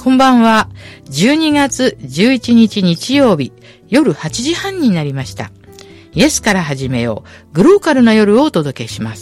こんばんは。12月11日日曜日、夜8時半になりました。イエスから始めよう。グローカルな夜をお届けします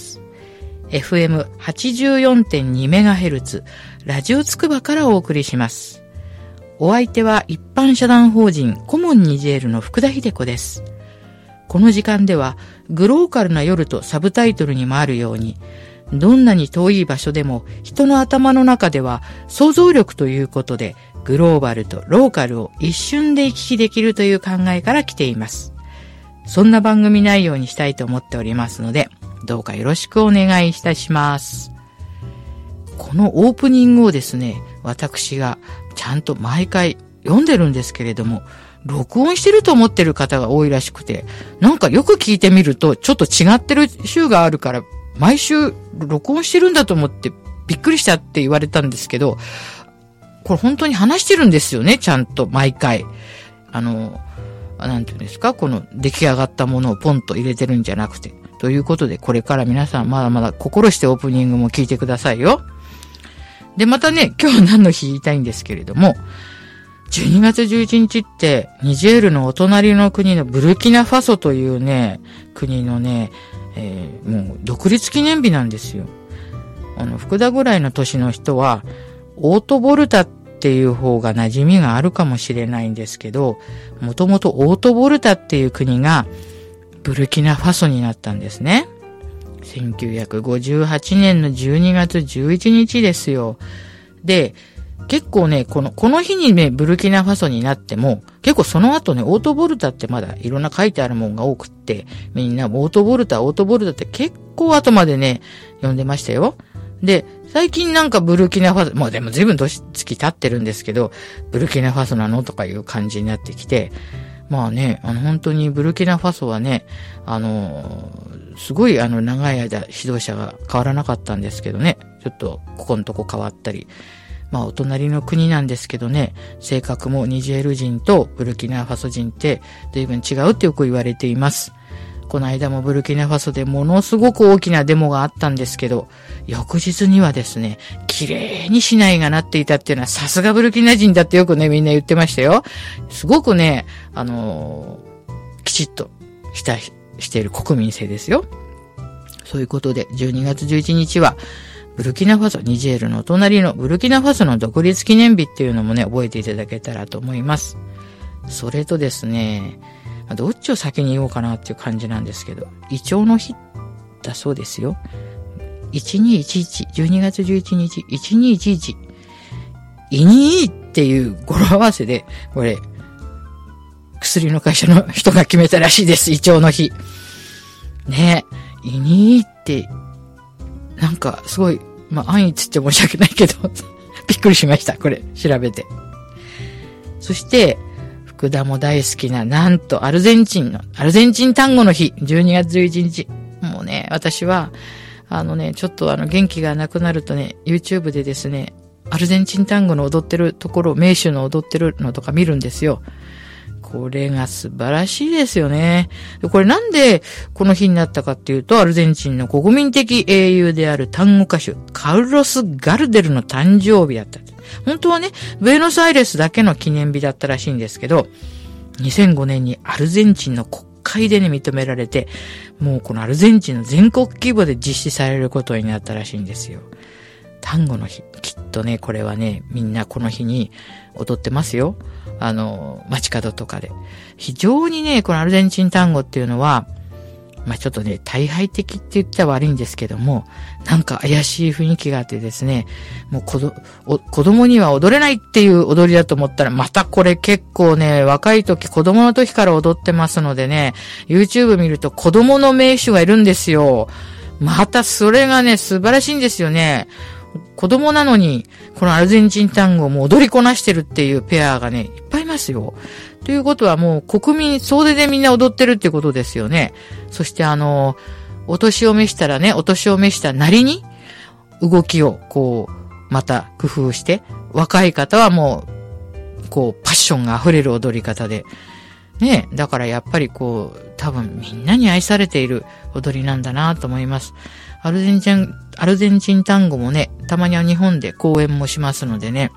。FM84.2MHz、ラジオつくばからお送りします。お相手は一般社団法人コモンニジェールの福田秀子です。この時間では、グローカルな夜とサブタイトルにもあるように、どんなに遠い場所でも人の頭の中では想像力ということでグローバルとローカルを一瞬で行き来できるという考えから来ています。そんな番組内容にしたいと思っておりますので、どうかよろしくお願いいたします。このオープニングをですね、私がちゃんと毎回読んでるんですけれども、録音してると思ってる方が多いらしくて、なんかよく聞いてみるとちょっと違ってる週があるから毎週録音してるんだと思ってびっくりしたって言われたんですけど、これ本当に話してるんですよね、ちゃんと毎回。なんていうんですか、この出来上がったものをポンと入れてるんじゃなくて。ということで、これから皆さんまだまだ心してオープニングも聞いてくださいよ。で、またね、今日何の日言いたいんですけれども、12月11日ってニジェールのお隣の国のブルキナファソというね、国のね、もう独立記念日なんですよ。福田ぐらいの年の人は、オートボルタっていう方が馴染みがあるかもしれないんですけど、もともとオートボルタっていう国がブルキナファソになったんですね。1958年の12月11日ですよ。で、結構ね、この日にね、ブルキナファソになっても、結構その後ね、オートボルタってまだいろんな書いてあるもんが多くって、みんなオートボルタって結構後までね、読んでましたよ。で、最近なんかブルキナファソ、もうでも随分年月経ってるんですけど、ブルキナファソなのとかいう感じになってきて、まあね、本当にブルキナファソはね、すごい長い間指導者が変わらなかったんですけどね、ちょっとここのとこ変わったり、まあお隣の国なんですけどね、性格もニジェール人とブルキナファソ人って随分違うってよく言われています。この間もブルキナファソでものすごく大きなデモがあったんですけど、翌日にはですね、綺麗に市内がなっていたっていうのはさすがブルキナ人だってよくね、みんな言ってましたよ。すごくね、きちっとしている国民性ですよ。そういうことで、12月11日は、ブルキナファソ、ニジェールのお隣のブルキナファソの独立記念日っていうのもね、覚えていただけたらと思います。それとですね、どっちを先に言おうかなっていう感じなんですけど、イチョウの日だそうですよ。1211、12月11日、1211。イニーっていう語呂合わせで、これ、薬の会社の人が決めたらしいです、イチョウの日。ねえ、イニーって、なんか、すごい、安易つって申し訳ないけど、びっくりしました。これ、調べて。そして、福田も大好きな、なんと、アルゼンチン単語の日、12月11日。もうね、私は、ちょっと元気がなくなるとね、YouTube でですね、アルゼンチン単語の踊ってるところ、名手の踊ってるのとか見るんですよ。これが素晴らしいですよね。これなんでこの日になったかっていうと、アルゼンチンの国民的英雄である単語歌手、カルロス・ガルデルの誕生日だった。本当はね、ブエノスアイレスだけの記念日だったらしいんですけど、2005年にアルゼンチンの国会でね、認められて、もうこのアルゼンチンの全国規模で実施されることになったらしいんですよ。単語の日。きっとね、これはね、みんなこの日に踊ってますよ。街角とかで。非常にね、このアルゼンチン単語っていうのは、ちょっとね、大敗的って言ったら悪いんですけども、なんか怪しい雰囲気があってですね、もう子供には踊れないっていう踊りだと思ったら、またこれ結構ね、若い時、子供の時から踊ってますのでね、YouTube 見ると子供の名手がいるんですよ。またそれがね、素晴らしいんですよね。子供なのに、このアルゼンチン単語をもう踊りこなしてるっていうペアがね、いっぱいいますよ。ということはもう国民総出でみんな踊ってるってことですよね。そしてお年を召したらね、お年を召したなりに、動きをこう、また工夫して、若い方はもう、こう、パッションが溢れる踊り方で、ね、だからやっぱりこう、多分みんなに愛されている踊りなんだなと思います。アルゼンチン単語もね、たまには日本で公演もしますのでね、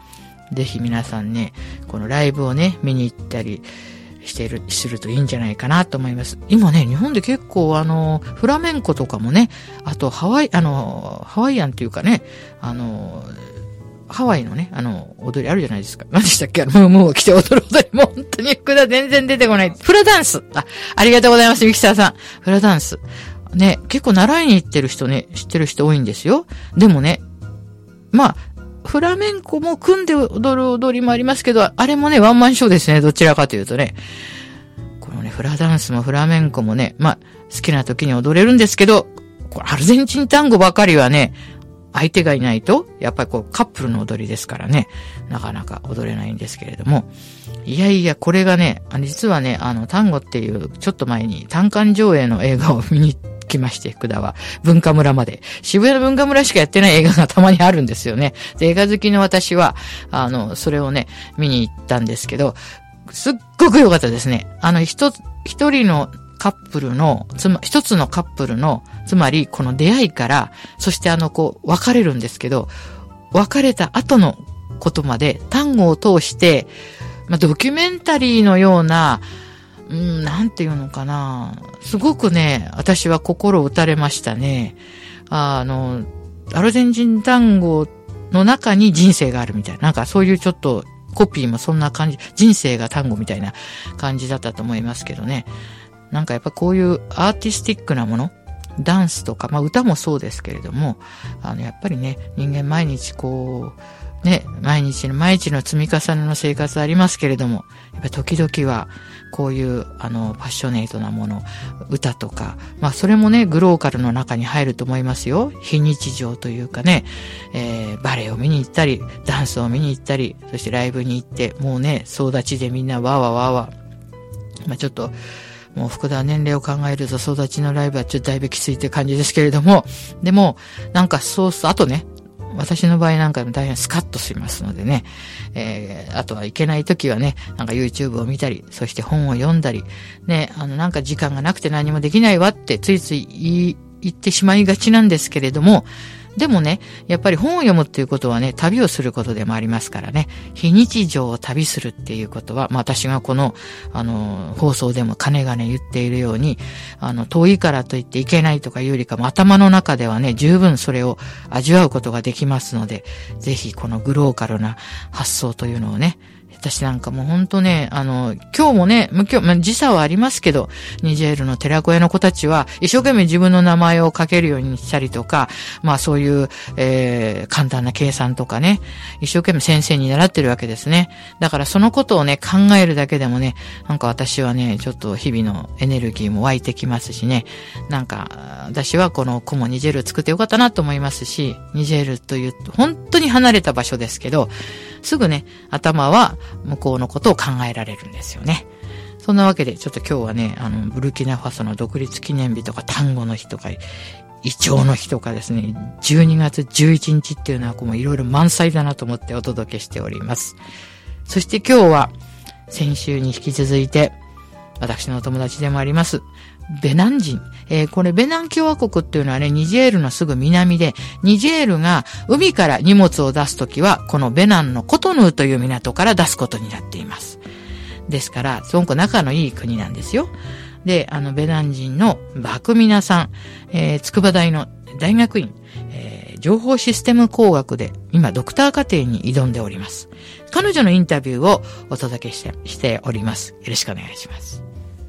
ぜひ皆さんね、このライブをね、見に行ったりするといいんじゃないかなと思います。今ね、日本で結構フラメンコとかもね、あとハワイアンっていうかね、ハワイのね、踊りあるじゃないですか。何でしたっけ？ムームーを着て踊る踊り。もう本当に福田全然出てこない。フラダンス。ありがとうございます、ミキサーさん。フラダンス。ね、結構習いに行ってる人ね、知ってる人多いんですよ。でもね、まあ、フラメンコも組んで踊る踊りもありますけど、あれもね、ワンマンショーですね。どちらかというとね。このね、フラダンスもフラメンコもね、まあ、好きな時に踊れるんですけど、これアルゼンチン単語ばかりはね、相手がいないと、やっぱりこうカップルの踊りですからね、なかなか踊れないんですけれども。いやいや、これがね、実はね、単語っていう、ちょっと前に単館上映の映画を見に来まして、福田は。文化村まで。渋谷の文化村しかやってない映画がたまにあるんですよね。で、映画好きの私は、それをね、見に行ったんですけど、すっごく良かったですね。一人のカップルの、一つのカップルの、つまり、この出会いから、そして別れるんですけど、別れた後のことまで、単語を通して、まあ、ドキュメンタリーのような、なんていうのかな。すごくね、私は心打たれましたね。アルゼンチン単語の中に人生があるみたいな。なんかそういうちょっと、コピーもそんな感じ、人生が単語みたいな感じだったと思いますけどね。なんかやっぱこういうアーティスティックなもの、ダンスとか、まあ歌もそうですけれども、やっぱりね、人間毎日こう、ね、毎日の積み重ねの生活ありますけれども、やっぱ時々は、こういう、パッショネートなもの、歌とか、まあそれもね、グローカルの中に入ると思いますよ。非日常というかね、バレエを見に行ったり、ダンスを見に行ったり、そしてライブに行って、もうね、総立ちでみんなわーわーわーわー。まあちょっと、もう福田年齢を考えると総立ちのライブはちょっとだいぶきついって感じですけれども、でも、なんかあとね、私の場合なんかも大変スカッとしますのでね、あとはいけないときはね、なんか YouTube を見たり、そして本を読んだり、ね、なんか時間がなくて何もできないわってついつい言ってしまいがちなんですけれども、でもね、やっぱり本を読むっていうことはね、旅をすることでもありますからね、非日常を旅するっていうことは、まあ私がこの、放送でもかねがね言っているように、遠いからといっていけないとかいうよりかも、頭の中ではね、十分それを味わうことができますので、ぜひこのグローカルな発想というのをね、私なんかもうほんとね、今日もね、時差はありますけど、ニジェールの寺子屋の子たちは、一生懸命自分の名前を書けるようにしたりとか、まあそういう、簡単な計算とかね、一生懸命先生に習ってるわけですね。だからそのことをね、考えるだけでもね、なんか私はね、ちょっと日々のエネルギーも湧いてきますしね、なんか、私はこのコモニジェールを作ってよかったなと思いますし、ニジェールという本当に離れた場所ですけど、すぐね、頭は向こうのことを考えられるんですよね。そんなわけで、ちょっと今日はね、ブルキナファソの独立記念日とか、単語の日とか、イチョウの日とかですね、12月11日っていうのはこういろいろ満載だなと思ってお届けしております。そして今日は、先週に引き続いて、私のお友達でもあります、ベナン人。これベナン共和国っていうのはね、ニジェールのすぐ南で、ニジェールが海から荷物を出すときは、このベナンのコトヌーという港から出すことになっています。ですから、すごく仲のいい国なんですよ。で、ベナン人のバクミナさん、筑波大の大学院、情報システム工学で、今、ドクター課程に挑んでおります。彼女のインタビューをお届けしております。よろしくお願いします。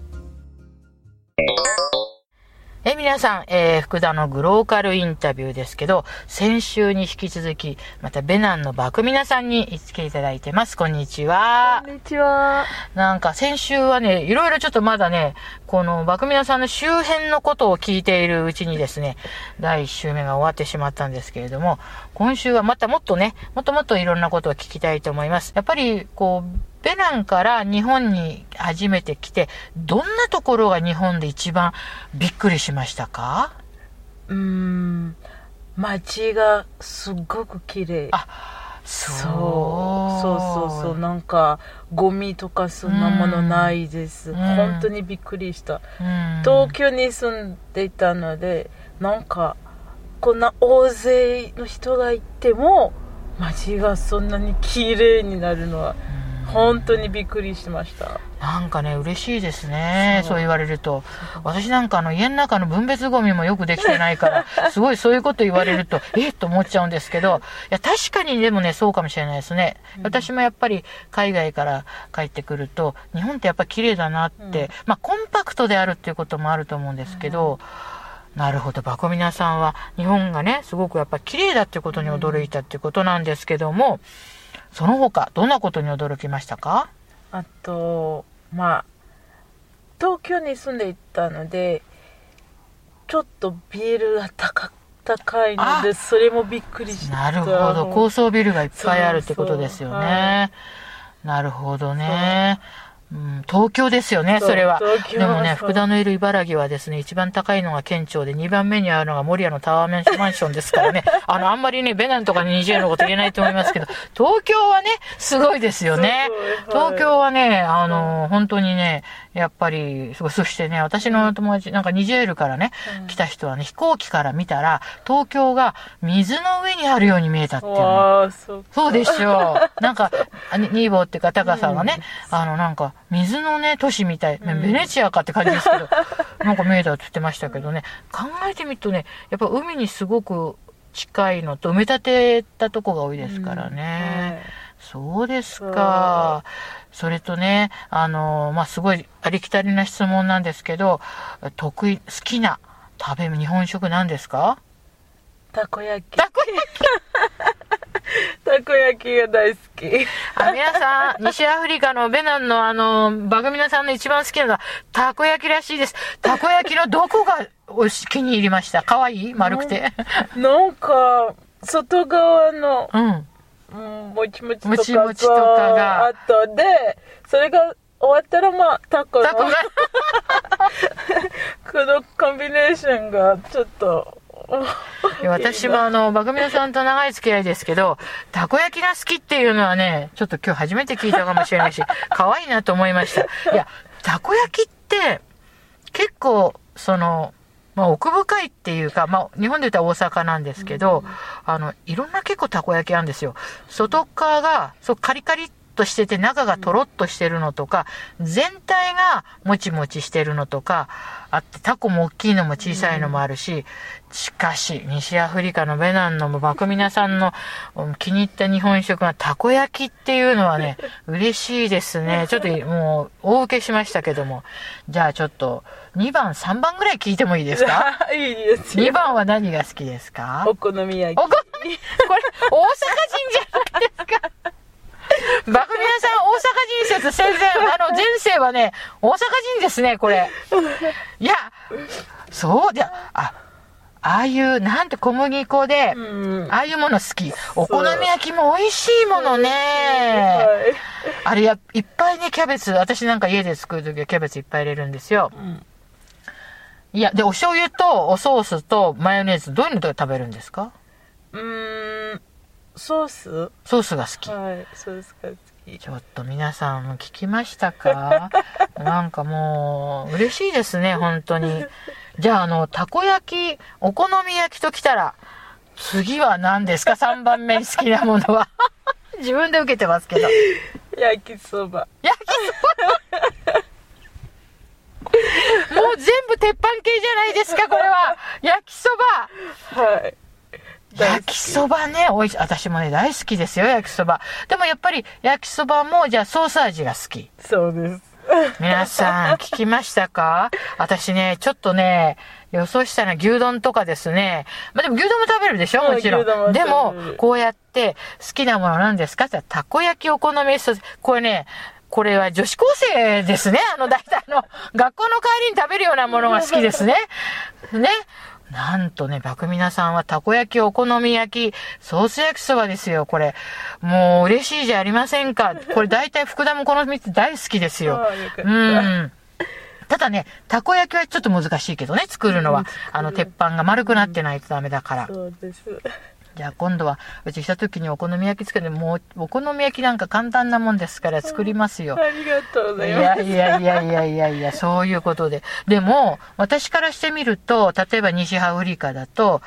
皆さん、福田のグローカルインタビューですけど、先週に引き続き、またベナンのバクミナさんに来ていただいてます。こんにちは。 こんにちは。 なんか先週はね、いろいろちょっとまだね、このバクミナさんの周辺のことを聞いているうちにですね、第1週目が終わってしまったんですけれども、今週はまたもっといろんなことを聞きたいと思います。やっぱり、ベナンから日本に初めて来て、どんなところが日本で一番びっくりしましたか？ 街がすごく綺麗。そう、なんかゴミとかそんなものないです。本当にびっくりした。東京に住んでいたので、なんかこんな大勢の人がいても街がそんなに綺麗になるのは本当にびっくりしました。 なんかね、嬉しいですね。そう言われると。私なんか家の中の分別ゴミもよくできてないから、すごいそういうこと言われると、と思っちゃうんですけど、いや、確かにでもね、そうかもしれないですね。私もやっぱり海外から帰ってくると、日本ってやっぱ綺麗だなって、コンパクトであるっていうこともあると思うんですけど、なるほど、バコミナさんは日本がね、すごくやっぱ綺麗だっていうことに驚いたっていうことなんですけども、その他、どんなことに驚きましたか？ あと、東京に住んでいたので、ちょっとビルが高いので、それもびっくりした。 なるほど、高層ビルがいっぱいあるってことですよね。なるほどね。東京ですよね、それは。でもね、福田のいる茨城はですね、一番高いのが県庁で、2番目にあるのが守谷のタワーマンションですからね。あんまりね、ベナンとかに20のこと言えないと思いますけど、東京はね、すごいですよね。東京はね、本当にね、やっぱり、そしてね、私の友達、なんかニジェールからね、来た人はね、飛行機から見たら、東京が水の上にあるように見えたっていうの。そうでしょう。なんか、ニーボーっていうか、高さがね、なんか、水のね、都市みたい。ベネチアかって感じですけど、なんか見えたって言ってましたけどね、考えてみるとね、やっぱ海にすごく近いのと、埋め立てたとこが多いですからね。そうですか。それとね、すごいありきたりな質問なんですけど、好きな日本食なんですか？ たこ焼き。たこ焼きが大好き。 皆さん、西アフリカのベナンのバグミナさんの一番好きなのはたこ焼きらしいです。たこ焼きのどこが気に入りました？かわいい？丸くて。 なんか、外側の、もちもちとかがあとで、それが終わったらタコがこのコンビネーションがちょっと私もバグミナさんと長い付き合いですけど、たこ焼きが好きっていうのはね、ちょっと今日初めて聞いたかもしれないし、可愛いなと思いました。いや、たこ焼きって結構奥深いっていうか、日本で言ったら大阪なんですけど、いろんな結構たこ焼きあるんですよ。外側がカリカリっとしてて、中がとろっとしてるのとか、全体がもちもちしてるのとかあって、タコも大きいのも小さいのもあるし、しかし西アフリカのベナンのバクミナさんの気に入った日本食がたこ焼きっていうのはね、嬉しいですね。ちょっともう大受けしましたけども、じゃあちょっと2番3番ぐらい聞いてもいいですか？ いいですよ。 2番は何が好きですか？ お好み焼き。 これ大阪人じゃないですか。バクミナさん、大阪人説戦前世はね、大阪人ですね、これ。いや、そうじゃ、ああいうなんて小麦粉で、ああいうもの好き。お好み焼きも美味しいものね。あれいっぱいね、キャベツ、私なんか家で作るときはキャベツいっぱい入れるんですよ。いや、で、お醤油とおソースとマヨネーズ、どういうので食べるんですか？ ソースが好き。 はい、ソースが好き。 ちょっと皆さん聞きましたか？なんかもう嬉しいですね、本当に。じゃあたこ焼き、お好み焼きときたら次は何ですか？3番目に好きなものは。自分で受けてますけど。 焼きそば。 もう全部鉄板系じゃないですか、これは。焼きそば。 はい。 焼きそばね、私もね、大好きですよ、焼きそば。でもやっぱり焼きそばも、じゃあソース味が好き。 そうです。 皆さん聞きましたか？私ね、ちょっとね、予想したら牛丼とかですね。でも牛丼も食べるでしょ、もちろん。でも、こうやって好きなものなんですかって言ったら、たこ焼きお好みソース。これは女子高生ですね。大体学校の帰りに食べるようなものが好きですね。ね。なんとね、バクミナさんはたこ焼き、お好み焼き、ソース焼きそばですよ、これ。もう嬉しいじゃありませんか。これ大体福田もこの3つ大好きですよ。ただね、たこ焼きはちょっと難しいけどね、作るのは。鉄板が丸くなってないとダメだから。 そうです。 じゃあ今度はうち来た時にお好み焼き作る。もうお好み焼きなんか簡単なもんですから作りますよ。 ありがとうございます。 いや、そういうことで。でも、私からしてみると、例えば西アフリカだと、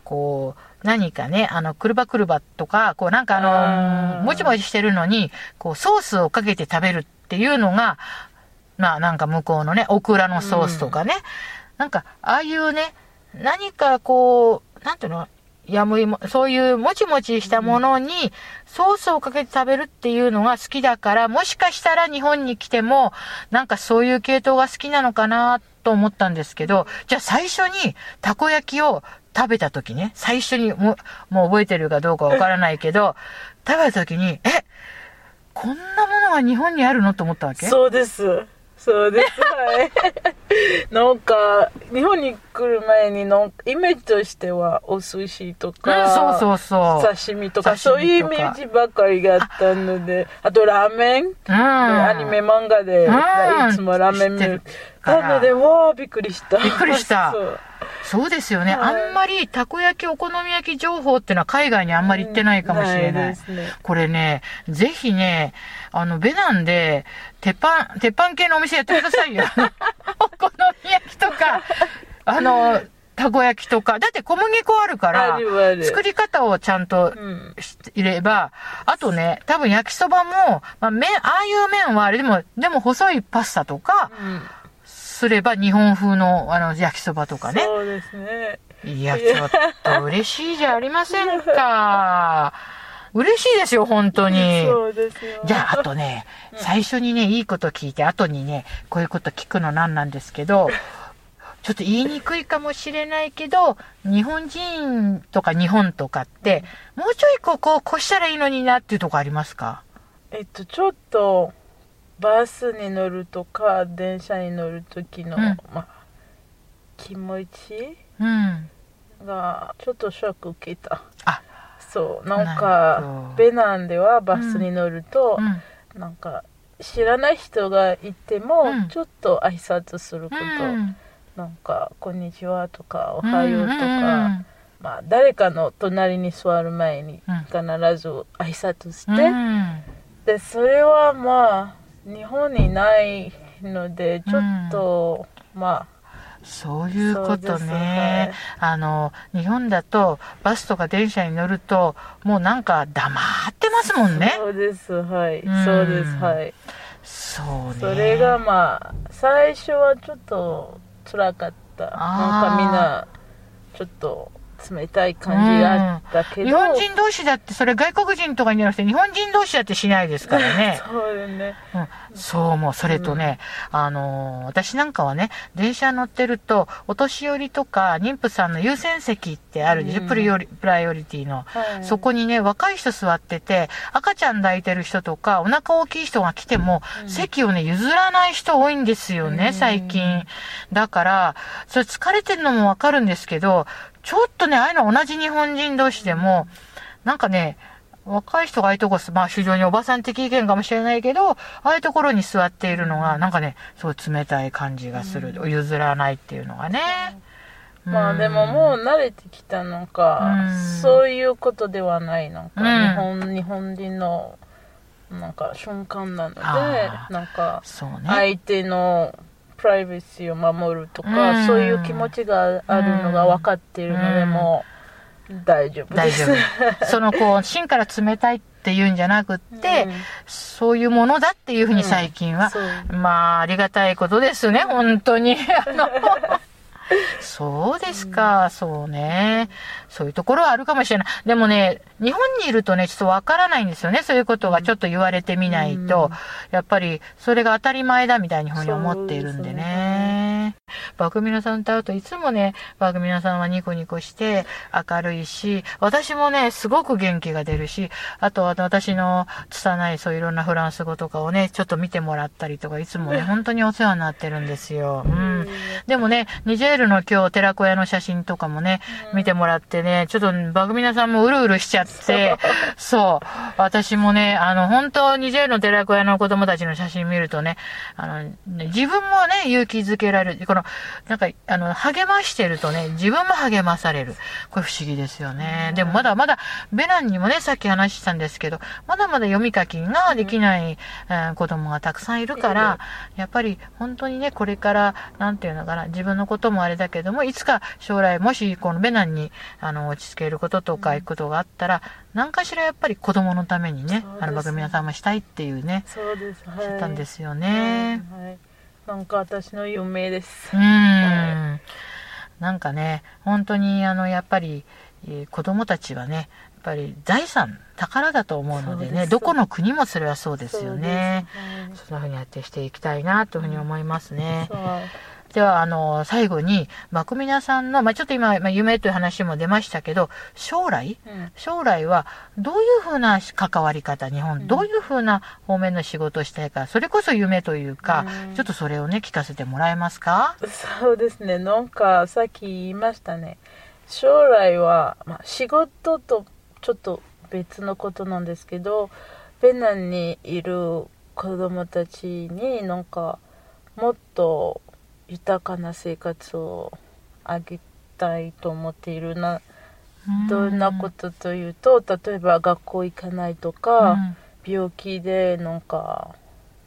こう、何かね、くるばくるばとか、こうなんかもちもちしてるのに、こうソースをかけて食べるっていうのが、まあなんか向こうのね、オクラのソースとかね、なんか、ああいうね、何かこう、なんていうの、やむいも、そういうもちもちしたものにソースをかけて食べるっていうのが好きだから、もしかしたら日本に来ても、なんかそういう系統が好きなのかなと思ったんですけど、じゃあ最初にたこ焼きを食べた時ね、最初にもう覚えてるかどうかわからないけど、食べた時に、こんなものが日本にあるのと思ったわけ？ そうです。そうです。はい。なんか、日本に来る前にのイメージとしては、お寿司とか、刺身とか、そういうイメージばかりがあったので、あとラーメン、アニメ漫画で、いつもラーメン見る。なので、わー、びっくりした。 びっくりした。そうですよね。あんまりたこ焼き、お好み焼き情報っていうのは海外にあんまり行ってないかもしれない。これね、ぜひね、ベナンで、鉄板系のお店やってくださいよ。お好み焼きとか、たこ焼きとか。だって小麦粉あるから、作り方をちゃんといれば、あとね、多分焼きそばも、ああいう麺はあれでも細いパスタとか、すれば日本風の焼きそばとかね。 そうですね。 いや、ちょっと嬉しいじゃありませんか。嬉しいですよ、本当に。 そうですよ。 じゃあ、あとね、最初にね、いいこと聞いて、後にね、こういうこと聞くのなんですけど、ちょっと言いにくいかもしれないけど、日本人とか日本とかって、もうちょいここを越したらいいのになっていうとこありますか？ ちょっと、バスに乗るとか電車に乗る時の、気持ちがちょっとショック受けた。そうなんかベナンではバスに乗ると、なんか知らない人がいても、ちょっと挨拶すること、なんかこんにちはとかおはようとか、誰かの隣に座る前に必ず挨拶して、でそれは日本にないので、ちょっと、 そういうことね。日本だと、バスとか電車に乗ると、もうなんか黙ってますもんね。 そうです、はい。そうです、はい。 そうね。 それが最初はちょっと辛かった。なんかみんな、ちょっと、冷たい感じがあったけど、 日本人同士だってそれ外国人とかにじゃなくて日本人同士だってしないですからね。 そうだね。 そうもうそれとね、私なんかはね、電車乗ってるとお年寄りとか妊婦さんの優先席ってあるでしょ、プライオリティの、そこにね若い人座ってて、赤ちゃん抱いてる人とかお腹大きい人が来ても、席をね譲らない人多いんですよね、最近。だからそれ疲れてるのもわかるんですけど、ちょっとね、ああいうの同じ日本人同士でも、なんかね、若い人がああいうとこ、非常におばさん的意見かもしれないけど、ああいうところに座っているのが、なんかね、すごい冷たい感じがする。譲らないっていうのがね。 でももう慣れてきたのか、そういうことではないのか、日本人の、なんか瞬間なので、なんか、相手の、プライバシーを守るとか、そういう気持ちがあるのが分かっているので、もう大丈夫です。 その芯から冷たいっていうんじゃなくって、そういうものだっていうふうに最近は、ありがたいことですね、本当に。そうですか、そうね。そういうところはあるかもしれない。でもね、日本にいるとね、ちょっとわからないんですよね。そういうことがちょっと言われてみないと、やっぱりそれが当たり前だみたいにふうに思っているんでね。バクミナさんと会うといつもね、バクミナさんはニコニコして明るいし、私もね、すごく元気が出るし、あとは私の拙いそういろんなフランス語とかをね、ちょっと見てもらったりとか、いつもね、本当にお世話になってるんですよ。でもね、ニジェールの今日寺子屋の写真とかもね、見てもらってね、ちょっとバグミナさんもうるうるしちゃって、そう、私もね、本当ニジェールの寺子屋の子供たちの写真見るとね、自分もね、勇気づけられる。こなんか、励ましてるとね、自分も励まされる。これ不思議ですよね。でもまだまだ、ベナンにもね、さっき話したんですけど、まだまだ読み書きができない、子供がたくさんいるから、やっぱり本当にね、これから、なんていうのかな、自分のこともあれだけども、いつか将来、もし、このベナンに、落ち着けることとか、行くことがあったら、何かしらやっぱり子供のためにね、番組屋さんもしたいっていうね、 そうです。 はい、したんですよね。 はい。なんか私の夢です。 なんかね、本当にやっぱり、子供たちはね、やっぱり財産、宝だと思うのでね、どこの国もそれはそうですよね。そんな風にやってしていきたいなというふうに思いますね。では、最後に、バクミナさんの、ちょっと今、夢という話も出ましたけど、将来は、どういうふうな関わり方、どういうふうな方面の仕事をしたいか、それこそ夢というか、ちょっとそれをね、聞かせてもらえますか？ そうですね。なんか、さっき言いましたね。将来は、仕事とちょっと別のことなんですけど、ベナンにいる子供たちになんか、もっと、豊かな生活をあげたいと思っているな。どんなことというと、例えば学校行かないとか、病気でなんか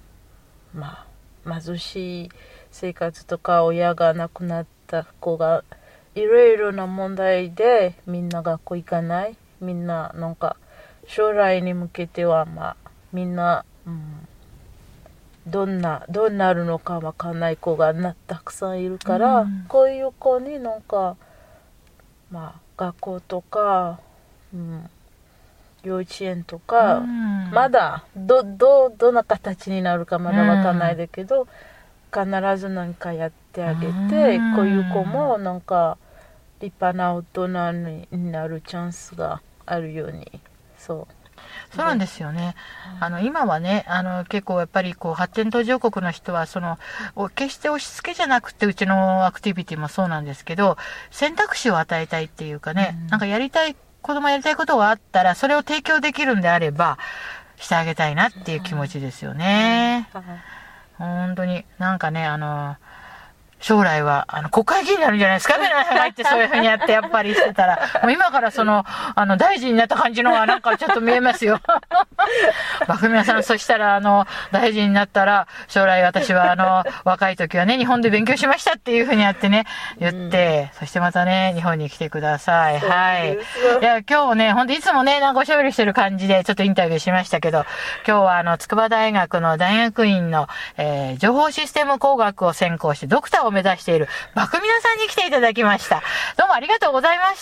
貧しい生活とか、親が亡くなった子がいろいろな問題でみんな学校行かない。みんななんか将来に向けてはみんな、どうなるのかわかんない子がたくさんいるから、こういう子になんか学校とか、幼稚園とか、まだどんな形になるかまだわかんないだけど、必ず何かやってあげて、こういう子もなんか立派な大人になるチャンスがあるように。 そうなんですよね。今はね、結構やっぱり発展途上国の人は、決して押し付けじゃなくて、うちのアクティビティもそうなんですけど、選択肢を与えたいっていうかね、なんか子供やりたいことがあったら、それを提供できるんであれば、してあげたいなっていう気持ちですよね。本当に、なんかね、将来は、国会議員になるんじゃないですか？ベナンさんが入ってそういう風にやってやっぱりしてたら。もう今から大臣になった感じのがなんかちょっと見えますよ。バクミナさん、そしたら大臣になったら、将来私は若い時はね、日本で勉強しましたっていう風にやってね、言って、そしてまたね、日本に来てください。はい。いや、今日ね、ほんといつもね、なんかおしゃべりしてる感じで、ちょっとインタビューしましたけど、今日は筑波大学の大学院の、情報システム工学を専攻してドクターを目指しているバクミナさんに来ていただきました。どうもありがとうございました。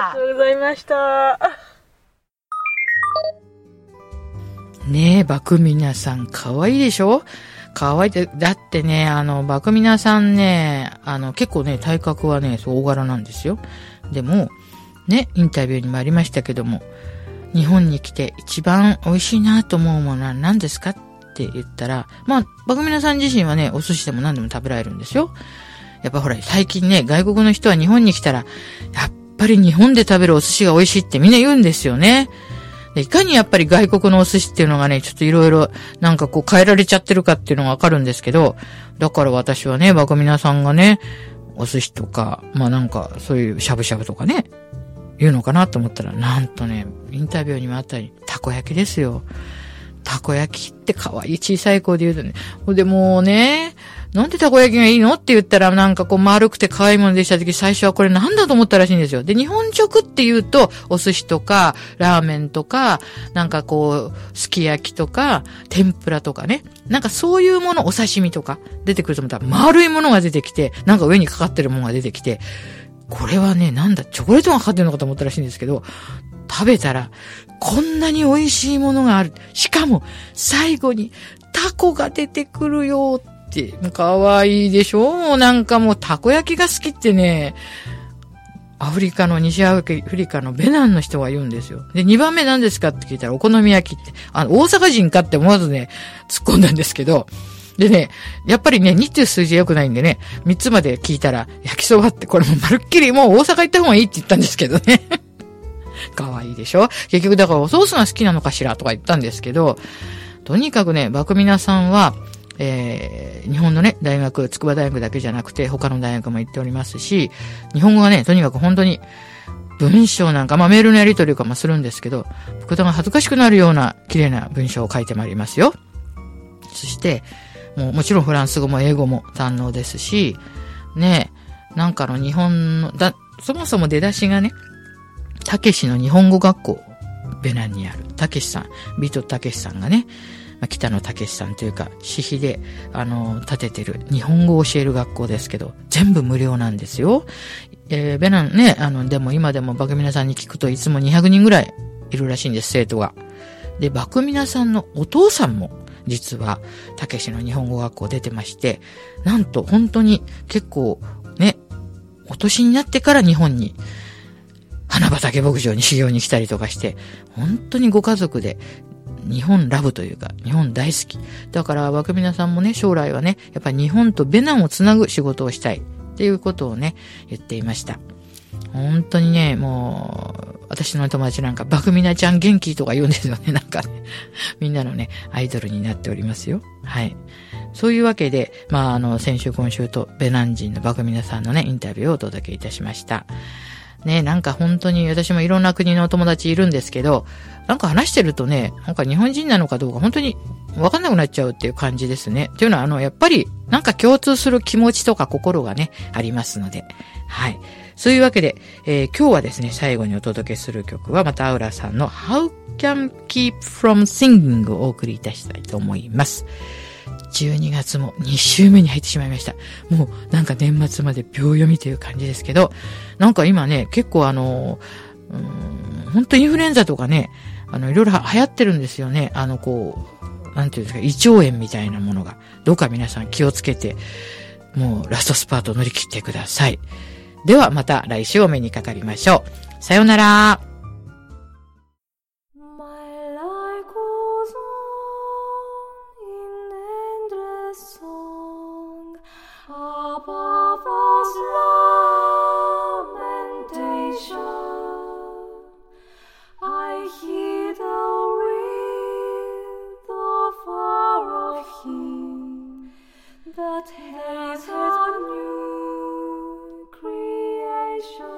ありがとうございました。 ねえ、バクミナさん可愛いでしょ？可愛いで、だってね、バクミナさんね、結構ね、体格はね、大柄なんですよ。でも、ね、インタビューにもありましたけども、日本に来て一番美味しいなと思うものは何ですかって言ったら、バクミナさん自身はね、お寿司でも何でも食べられるんですよ。やっぱほら、最近ね、外国の人は日本に来たら、やっぱり日本で食べるお寿司が美味しいってみんな言うんですよね。で、いかにやっぱり外国のお寿司っていうのがね、ちょっといろいろなんか変えられちゃってるかっていうのがわかるんですけど、だから私はね、バクミナさんがね、お寿司とか、なんかそういうしゃぶしゃぶとかね、言うのかなと思ったら、なんとね、インタビューにもあったように、たこ焼きですよ。たこ焼きって可愛い小さい子で言うとね。でもね、なんでたこ焼きがいいのって言ったらなんか丸くて可愛いものでした時、最初はこれなんだと思ったらしいんですよ。で、日本食って言うと、お寿司とか、ラーメンとか、なんかすき焼きとか、天ぷらとかね。なんかそういうもの、お刺身とか出てくると思ったら、丸いものが出てきて、なんか上にかかってるものが出てきて、これはね、なんだ、チョコレートがかかってるのかと思ったらしいんですけど、食べたら、こんなに美味しいものがある。しかも、最後に、タコが出てくるよって、かわいいでしょ？なんかもう、たこ焼きが好きってね、西アフリカのベナンの人が言うんですよ。で、2番目何ですかって聞いたら、お好み焼きって、大阪人かって思わずね、突っ込んだんですけど、でね、やっぱりね、2っていう数字は良くないんでね、3つまで聞いたら、焼きそばってこれもまるっきりもう大阪行った方がいいって言ったんですけどね。かわいいでしょ？結局だからおソースが好きなのかしらとか言ったんですけど、とにかくね、バクミナさんは日本のね、大学、筑波大学だけじゃなくて、他の大学も行っておりますし、日本語がね、とにかく本当に、文章なんか、メールのやり取りとかもするんですけど、福田が恥ずかしくなるような綺麗な文章を書いてまいりますよ。そして、もちろんフランス語も英語も堪能ですし、ね、なんかの日本の、そもそも出だしがね、たけしの日本語学校、ベナンにある、たけしさん、ビートたけしさんがね、北野たけしさんというか、私費で、建ててる日本語を教える学校ですけど、全部無料なんですよ。ベナンね、でも今でもバクミナさんに聞くといつも200人ぐらいいるらしいんです、生徒が。で、バクミナさんのお父さんも、実は、たけしの日本語学校出てまして、なんと本当に結構ね、お年になってから日本に、花畑牧場に修行に来たりとかして、本当にご家族で、日本ラブというか、日本大好き。だから、バクミナさんもね、将来はね、やっぱり日本とベナンをつなぐ仕事をしたい。っていうことをね、言っていました。本当にね、もう、私の友達なんか、バクミナちゃん元気とか言うんですよね、なんかね。みんなのね、アイドルになっておりますよ。はい。そういうわけで、先週今週とベナン人のバクミナさんのね、インタビューをお届けいたしました。ね、なんか本当に私もいろんな国のお友達いるんですけど、なんか話してるとね、なんか日本人なのかどうか本当にわかんなくなっちゃうっていう感じですね。というのはやっぱりなんか共通する気持ちとか心がね、ありますので。はい。そういうわけで、今日はですね、最後にお届けする曲はまたアウラさんの How Can Keep From Singing をお送りいたしたいと思います。12月も2週目に入ってしまいました。もうなんか年末まで秒読みという感じですけど、なんか今ね、結構本当インフルエンザとかね、いろいろ流行ってるんですよね。なんていうんですか、胃腸炎みたいなものが。どうか皆さん気をつけて、もうラストスパート乗り切ってください。ではまた来週お目にかかりましょう。さようなら。 That has a new creation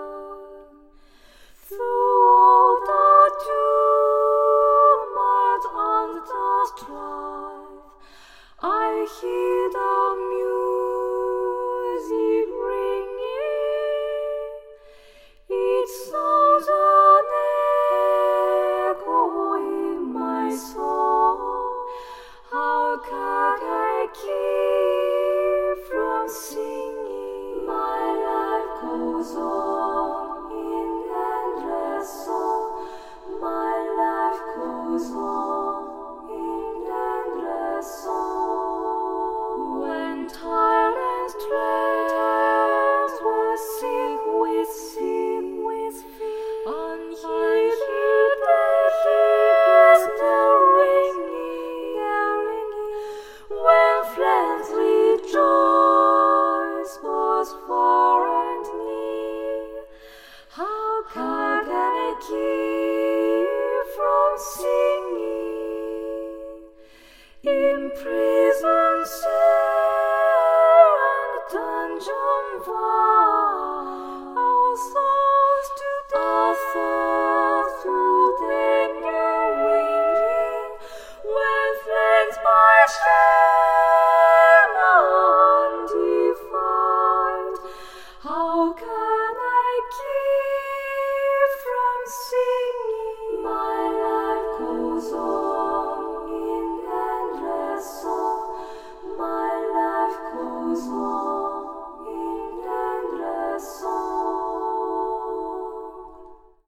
through the tumult and the strife. I hear the music ringing. It sounds an echo in my soul. How can I keep from singing? My life goes on in endless song. My life goes on in endless song. When tired and stressed, we sing with feet. Unheeded is the ringing. When friends rejoice, both far and near, how can I keep from singing? In prison cell and dungeon far, our thoughts to them are ringing. When friends by